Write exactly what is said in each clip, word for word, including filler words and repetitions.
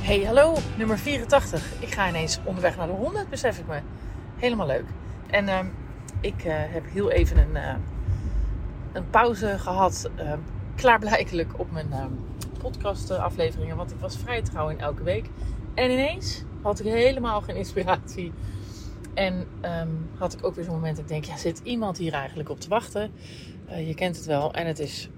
Hey, hallo, nummer vierentachtig. Ik ga ineens onderweg naar de honderd, besef ik me. Helemaal leuk. En uh, ik uh, heb heel even een, uh, een pauze gehad. Uh, klaarblijkelijk op mijn uh, podcastafleveringen. Want ik was vrij trouw in elke week. En ineens had ik helemaal geen inspiratie. En um, had ik ook weer zo'n moment dat ik denk, ja, zit iemand hier eigenlijk op te wachten? Uh, je kent het wel. En het is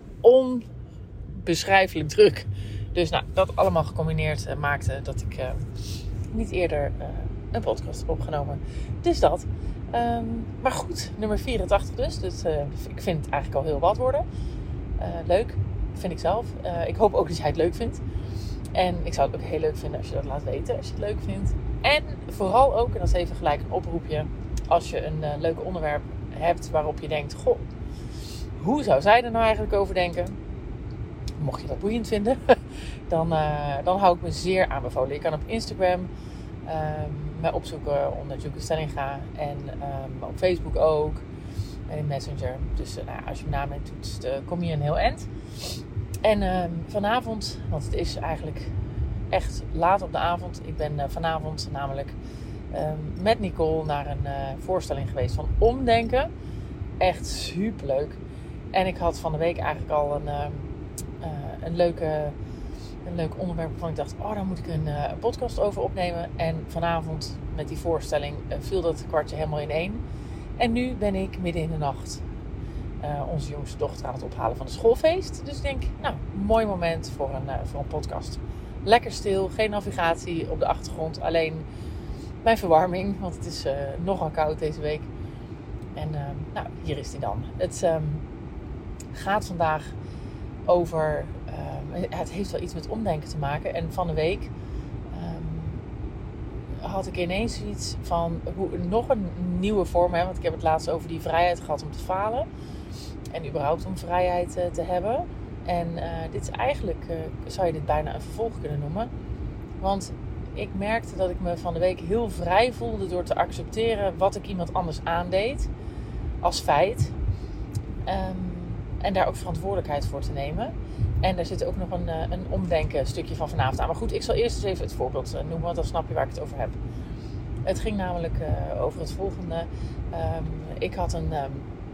onbeschrijfelijk druk. Dus nou, dat allemaal gecombineerd uh, maakte dat ik uh, niet eerder uh, een podcast heb opgenomen. Dus dat. Um, maar goed, nummer vierentachtig dus. Dus uh, ik vind het eigenlijk al heel wat worden. Uh, leuk, vind ik zelf. Uh, ik hoop ook dat jij het leuk vindt. En ik zou het ook heel leuk vinden als je dat laat weten, als je het leuk vindt. En vooral ook, en dat is even gelijk een oproepje, als je een uh, leuk onderwerp hebt waarop je denkt, goh, hoe zou zij er nou eigenlijk over denken? Mocht je dat boeiend vinden, dan, uh, dan hou ik me zeer aanbevolen. Je kan op Instagram um, me opzoeken onder Joeke Stellinga. En um, op Facebook ook. En in Messenger. Dus uh, nou, als je mijn naam intoetst, uh, kom je een heel eind. En um, vanavond, want het is eigenlijk echt laat op de avond. Ik ben uh, vanavond namelijk um, met Nicole naar een uh, voorstelling geweest van Omdenken. Echt superleuk. En ik had van de week eigenlijk al een... Um, Uh, een, leuke, een leuk onderwerp waarvan ik dacht, oh, daar moet ik een, uh, een podcast over opnemen. En vanavond met die voorstelling uh, viel dat kwartje helemaal in één. En nu ben ik midden in de nacht uh, onze jongste dochter aan het ophalen van de schoolfeest. Dus ik denk, nou, mooi moment voor een, uh, voor een podcast. Lekker stil, geen navigatie op de achtergrond. Alleen mijn verwarming, want het is uh, nogal koud deze week. En uh, nou, hier is die dan. Het um, gaat vandaag over, uh, het heeft wel iets met omdenken te maken. En van de week um, had ik ineens iets van hoe, nog een nieuwe vorm. Hè, want ik heb het laatst over die vrijheid gehad om te falen. En überhaupt om vrijheid uh, te hebben. En uh, dit is eigenlijk, uh, zou je dit bijna een vervolg kunnen noemen. Want ik merkte dat ik me van de week heel vrij voelde door te accepteren wat ik iemand anders aandeed. Als feit. Um, En daar ook verantwoordelijkheid voor te nemen. En daar zit ook nog een, een omdenken stukje van vanavond aan. Maar goed, ik zal eerst eens even het voorbeeld noemen. Want dan snap je waar ik het over heb. Het ging namelijk uh, over het volgende. Um, ik had een, um,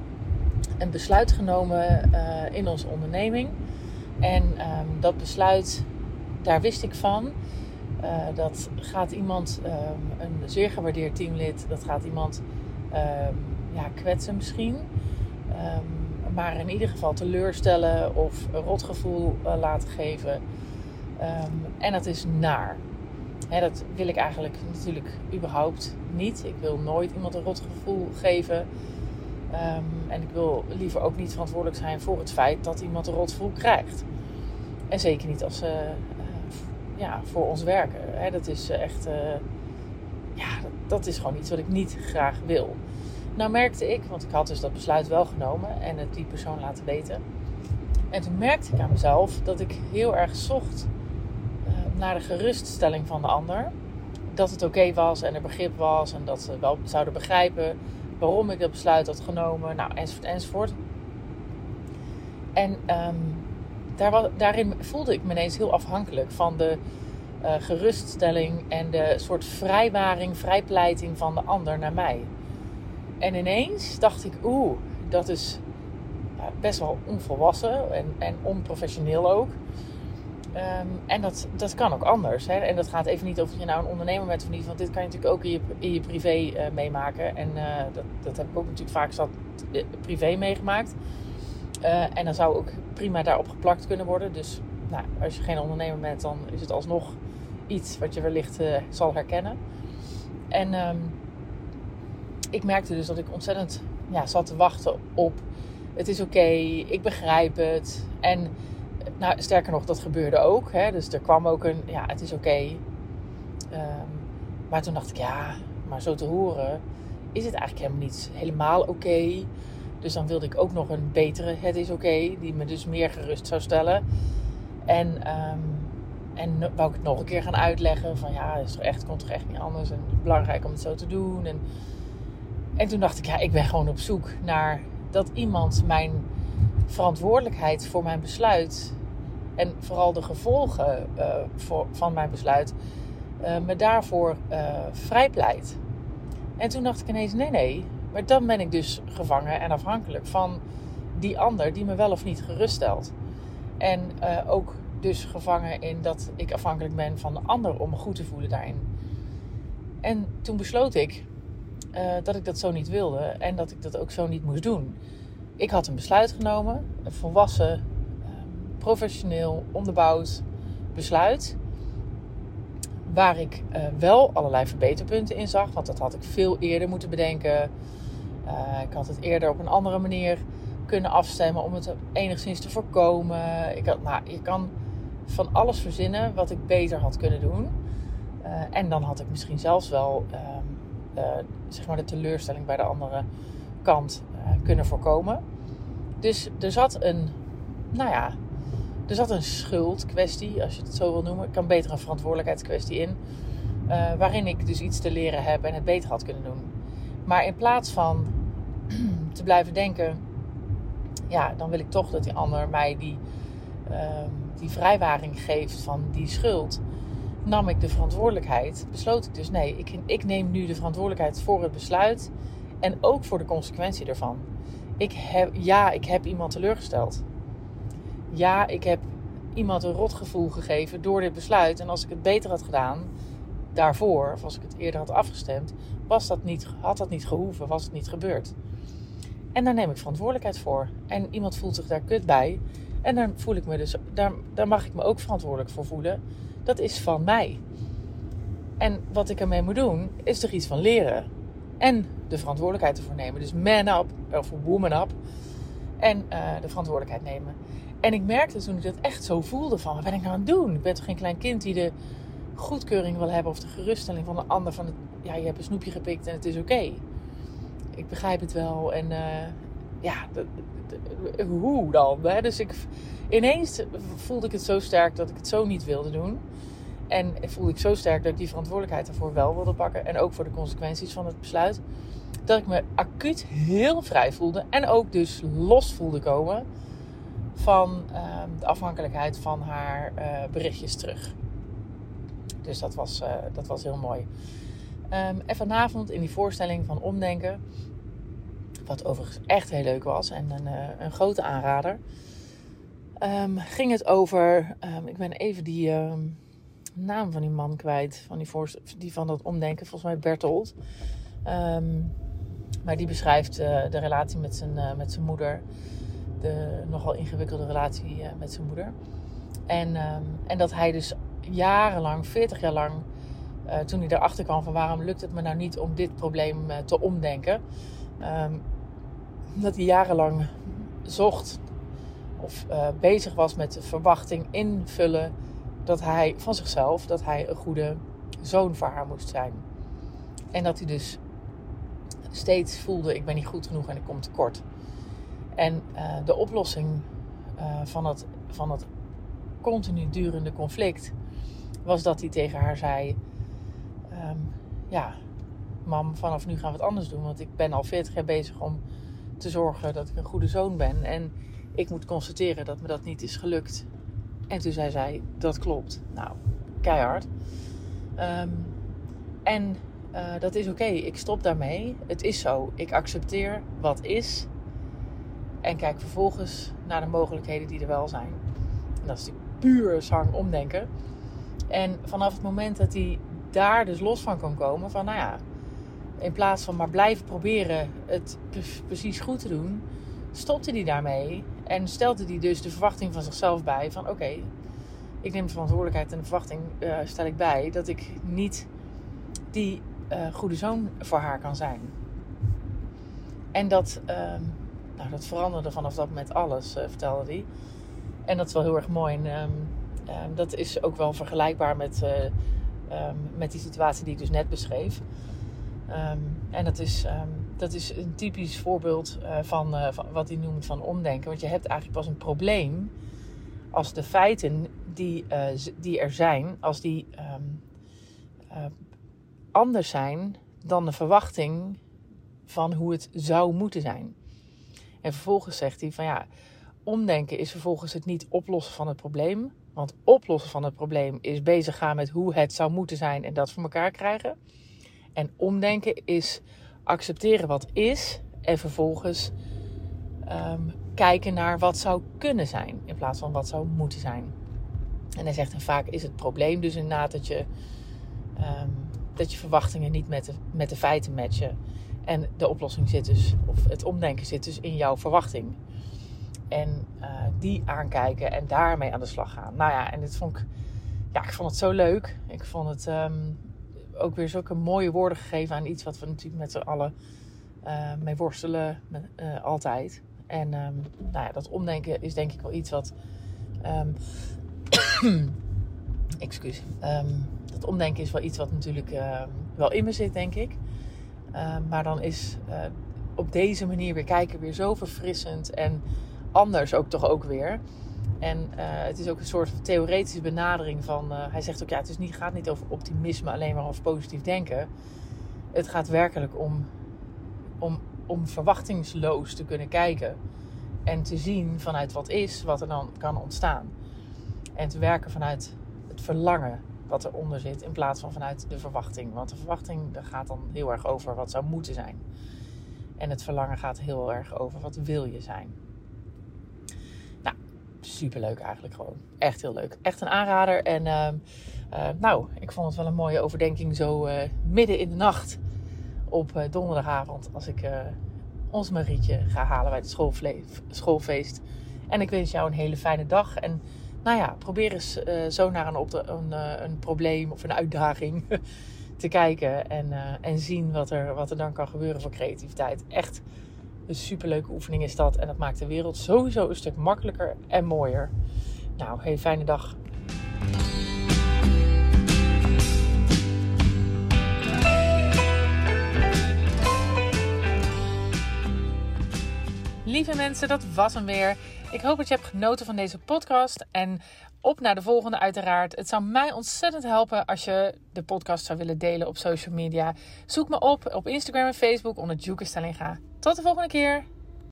een besluit genomen uh, in onze onderneming. En um, dat besluit, daar wist ik van. Uh, dat gaat iemand, um, een zeer gewaardeerd teamlid. Dat gaat iemand um, ja, kwetsen misschien. Um, Maar in ieder geval teleurstellen of een rotgevoel uh, laten geven. Um, en dat is naar. Hè, dat wil ik eigenlijk natuurlijk überhaupt niet. Ik wil nooit iemand een rotgevoel geven. Um, en ik wil liever ook niet verantwoordelijk zijn voor het feit dat iemand een rotgevoel krijgt. En zeker niet als ze uh, ja, voor ons werken. Hè, dat is echt... Uh, ja, dat, dat is gewoon iets wat ik niet graag wil. Nou merkte ik, want ik had dus dat besluit wel genomen en het die persoon laten weten. En toen merkte ik aan mezelf dat ik heel erg zocht uh, naar de geruststelling van de ander. Dat het oké okay was en er begrip was en dat ze wel zouden begrijpen waarom ik dat besluit had genomen. Nou, enzovoort, enzovoort. En um, daar was, daarin voelde ik me ineens heel afhankelijk van de uh, geruststelling en de soort vrijwaring, vrijpleiting van de ander naar mij. En ineens dacht ik, oeh, dat is best wel onvolwassen en, en onprofessioneel ook. Um, en dat, dat kan ook anders. Hè? En dat gaat even niet over of je nou een ondernemer bent of niet. Want dit kan je natuurlijk ook in je, in je privé uh, meemaken. En uh, dat, dat heb ik ook natuurlijk vaak zat uh, privé meegemaakt. Uh, en dan zou ook prima daarop geplakt kunnen worden. Dus nou, als je geen ondernemer bent, dan is het alsnog iets wat je wellicht uh, zal herkennen. En... Um, Ik merkte dus dat ik ontzettend ja, zat te wachten op het is oké, okay, ik begrijp het. En nou, sterker nog, dat gebeurde ook. Hè? Dus er kwam ook een, ja, het is oké. Okay. Um, maar toen dacht ik, ja, maar zo te horen is het eigenlijk helemaal niet helemaal oké. Okay. Dus dan wilde ik ook nog een betere het is oké, okay, die me dus meer gerust zou stellen. En, um, en wou ik het nog een keer gaan uitleggen van ja, het is toch echt, komt toch echt niet anders. En het is belangrijk om het zo te doen. En En toen dacht ik, ja, ik ben gewoon op zoek naar dat iemand mijn verantwoordelijkheid voor mijn besluit en vooral de gevolgen uh, voor, van mijn besluit uh, me daarvoor uh, vrijpleit. En toen dacht ik ineens, nee, nee, maar dan ben ik dus gevangen en afhankelijk van die ander die me wel of niet geruststelt. En uh, ook dus gevangen in dat ik afhankelijk ben van de ander om me goed te voelen daarin. En toen besloot ik uh, dat ik dat zo niet wilde en dat ik dat ook zo niet moest doen. Ik had een besluit genomen, een volwassen, uh, professioneel, onderbouwd besluit. Waar ik uh, wel allerlei verbeterpunten in zag, want dat had ik veel eerder moeten bedenken. Uh, ik had het eerder op een andere manier kunnen afstemmen om het enigszins te voorkomen. Ik had, nou, je kan van alles verzinnen wat ik beter had kunnen doen. Uh, en dan had ik misschien zelfs wel uh, uh, zeg maar de teleurstelling bij de andere kant uh, kunnen voorkomen. Dus er zat een, nou ja, er zat een schuldkwestie, als je het zo wil noemen. Ik kan beter een verantwoordelijkheidskwestie in. Uh, waarin ik dus iets te leren heb en het beter had kunnen doen. Maar in plaats van te blijven denken, ja, dan wil ik toch dat die ander mij die, uh, die vrijwaring geeft van die schuld. Nam ik de verantwoordelijkheid, besloot ik dus nee, ik, ik neem nu de verantwoordelijkheid voor het besluit en ook voor de consequentie ervan. Ik heb, ja, ik heb iemand teleurgesteld. Ja, ik heb iemand een rotgevoel gegeven door dit besluit. En als ik het beter had gedaan daarvoor, of als ik het eerder had afgestemd, was dat niet, had dat niet gehoeven, was het niet gebeurd. En daar neem ik verantwoordelijkheid voor. En iemand voelt zich daar kut bij. En daar, voel ik me dus, daar, daar mag ik me ook verantwoordelijk voor voelen. Dat is van mij. En wat ik ermee moet doen, is er iets van leren. En de verantwoordelijkheid ervoor nemen. Dus man up, of woman up. En uh, de verantwoordelijkheid nemen. En ik merkte toen ik dat echt zo voelde van, wat ben ik nou aan het doen? Ik ben toch geen klein kind die de goedkeuring wil hebben of de geruststelling van de ander. Van het, ja, je hebt een snoepje gepikt en het is oké. Okay. Ik begrijp het wel. En uh, ja, de, de, de, hoe dan? Hè? Dus ik, ineens voelde ik het zo sterk dat ik het zo niet wilde doen. En voelde ik zo sterk dat ik die verantwoordelijkheid ervoor wel wilde pakken. En ook voor de consequenties van het besluit. Dat ik me acuut heel vrij voelde. En ook dus los voelde komen van uh, de afhankelijkheid van haar uh, berichtjes terug. Dus dat was, uh, dat was heel mooi. Um, en vanavond in die voorstelling van Omdenken, wat overigens echt heel leuk was en een, uh, een grote aanrader, um, ging het over, um, ik ben even die um, naam van die man kwijt, van die, voorst- die van dat Omdenken, volgens mij Bertolt. Um, maar die beschrijft uh, de relatie met zijn, uh, met zijn moeder, de nogal ingewikkelde relatie uh, met zijn moeder. En, um, en dat hij dus jarenlang, veertig jaar lang, Uh, toen hij erachter kwam van waarom lukt het me nou niet om dit probleem uh, te omdenken. Um, dat hij jarenlang zocht of uh, bezig was met de verwachting invullen dat hij van zichzelf, dat hij een goede zoon voor haar moest zijn. En dat hij dus steeds voelde, ik ben niet goed genoeg en ik kom tekort. En uh, de oplossing uh, van, het, van het continu durende conflict was dat hij tegen haar zei, Um, ja, mam, vanaf nu gaan we het anders doen. Want ik ben al veertig jaar bezig om te zorgen dat ik een goede zoon ben. En ik moet constateren dat me dat niet is gelukt. En toen zei zij, dat klopt. Nou, keihard. Um, en uh, dat is oké. Okay. Ik stop daarmee. Het is zo. Ik accepteer wat is. En kijk vervolgens naar de mogelijkheden die er wel zijn. En dat is natuurlijk puur zang omdenken. En vanaf het moment dat hij daar dus los van kon komen, van nou ja, in plaats van maar blijven proberen het precies goed te doen, stopte hij daarmee en stelde hij dus de verwachting van zichzelf bij van oké, okay, ik neem de verantwoordelijkheid en de verwachting uh, stel ik bij dat ik niet die uh, goede zoon voor haar kan zijn. En dat, uh, nou, dat veranderde vanaf dat moment alles, uh, vertelde hij. En dat is wel heel erg mooi. En um, uh, dat is ook wel vergelijkbaar met Uh, Um, met die situatie die ik dus net beschreef. Um, en dat is, um, dat is een typisch voorbeeld uh, van, uh, van wat hij noemt van omdenken. Want je hebt eigenlijk pas een probleem als de feiten die, uh, die er zijn, als die um, uh, anders zijn dan de verwachting van hoe het zou moeten zijn. En vervolgens zegt hij van ja, omdenken is vervolgens het niet oplossen van het probleem. Want oplossen van het probleem is bezig gaan met hoe het zou moeten zijn en dat voor elkaar krijgen. En omdenken is accepteren wat is en vervolgens um, kijken naar wat zou kunnen zijn in plaats van wat zou moeten zijn. En hij zegt, en vaak is het probleem dus inderdaad dat je, um, dat je verwachtingen niet met de, met de feiten matchen. En de oplossing zit dus, of het omdenken zit dus in jouw verwachting. En uh, die aankijken en daarmee aan de slag gaan. Nou ja, en dit vond ik, ja, ik vond het zo leuk. Ik vond het um, ook weer zulke mooie woorden gegeven aan iets wat we natuurlijk met z'n allen uh, mee worstelen met, uh, altijd. En um, nou ja, dat omdenken is denk ik wel iets wat... Um, excuus. Um, dat omdenken is wel iets wat natuurlijk uh, wel in me zit, denk ik. Uh, maar dan is uh, op deze manier weer kijken weer zo verfrissend en anders ook toch ook weer. En uh, het is ook een soort theoretische benadering van... Uh, hij zegt ook, ja, het is niet, gaat niet over optimisme alleen maar over positief denken. Het gaat werkelijk om, om, om verwachtingsloos te kunnen kijken. En te zien vanuit wat is, wat er dan kan ontstaan. En te werken vanuit het verlangen wat eronder zit in plaats van vanuit de verwachting. Want de verwachting dat gaat dan heel erg over wat zou moeten zijn. En het verlangen gaat heel erg over wat wil je zijn. Nou, superleuk eigenlijk gewoon. Echt heel leuk. Echt een aanrader. En uh, uh, nou, ik vond het wel een mooie overdenking zo uh, midden in de nacht op uh, donderdagavond. Als ik uh, ons Marietje ga halen bij het schoolvle- schoolfeest. En ik wens jou een hele fijne dag. En nou ja, probeer eens uh, zo naar een, opdra- een, uh, een probleem of een uitdaging te kijken. En, uh, en zien wat er, wat er dan kan gebeuren voor creativiteit. Echt een superleuke oefening is dat. En dat maakt de wereld sowieso een stuk makkelijker en mooier. Nou, hele fijne dag. Lieve mensen, dat was hem weer. Ik hoop dat je hebt genoten van deze podcast. En op naar de volgende uiteraard. Het zou mij ontzettend helpen als je de podcast zou willen delen op social media. Zoek me op op Instagram en Facebook onder Djoeke Stellinga. Tot de volgende keer.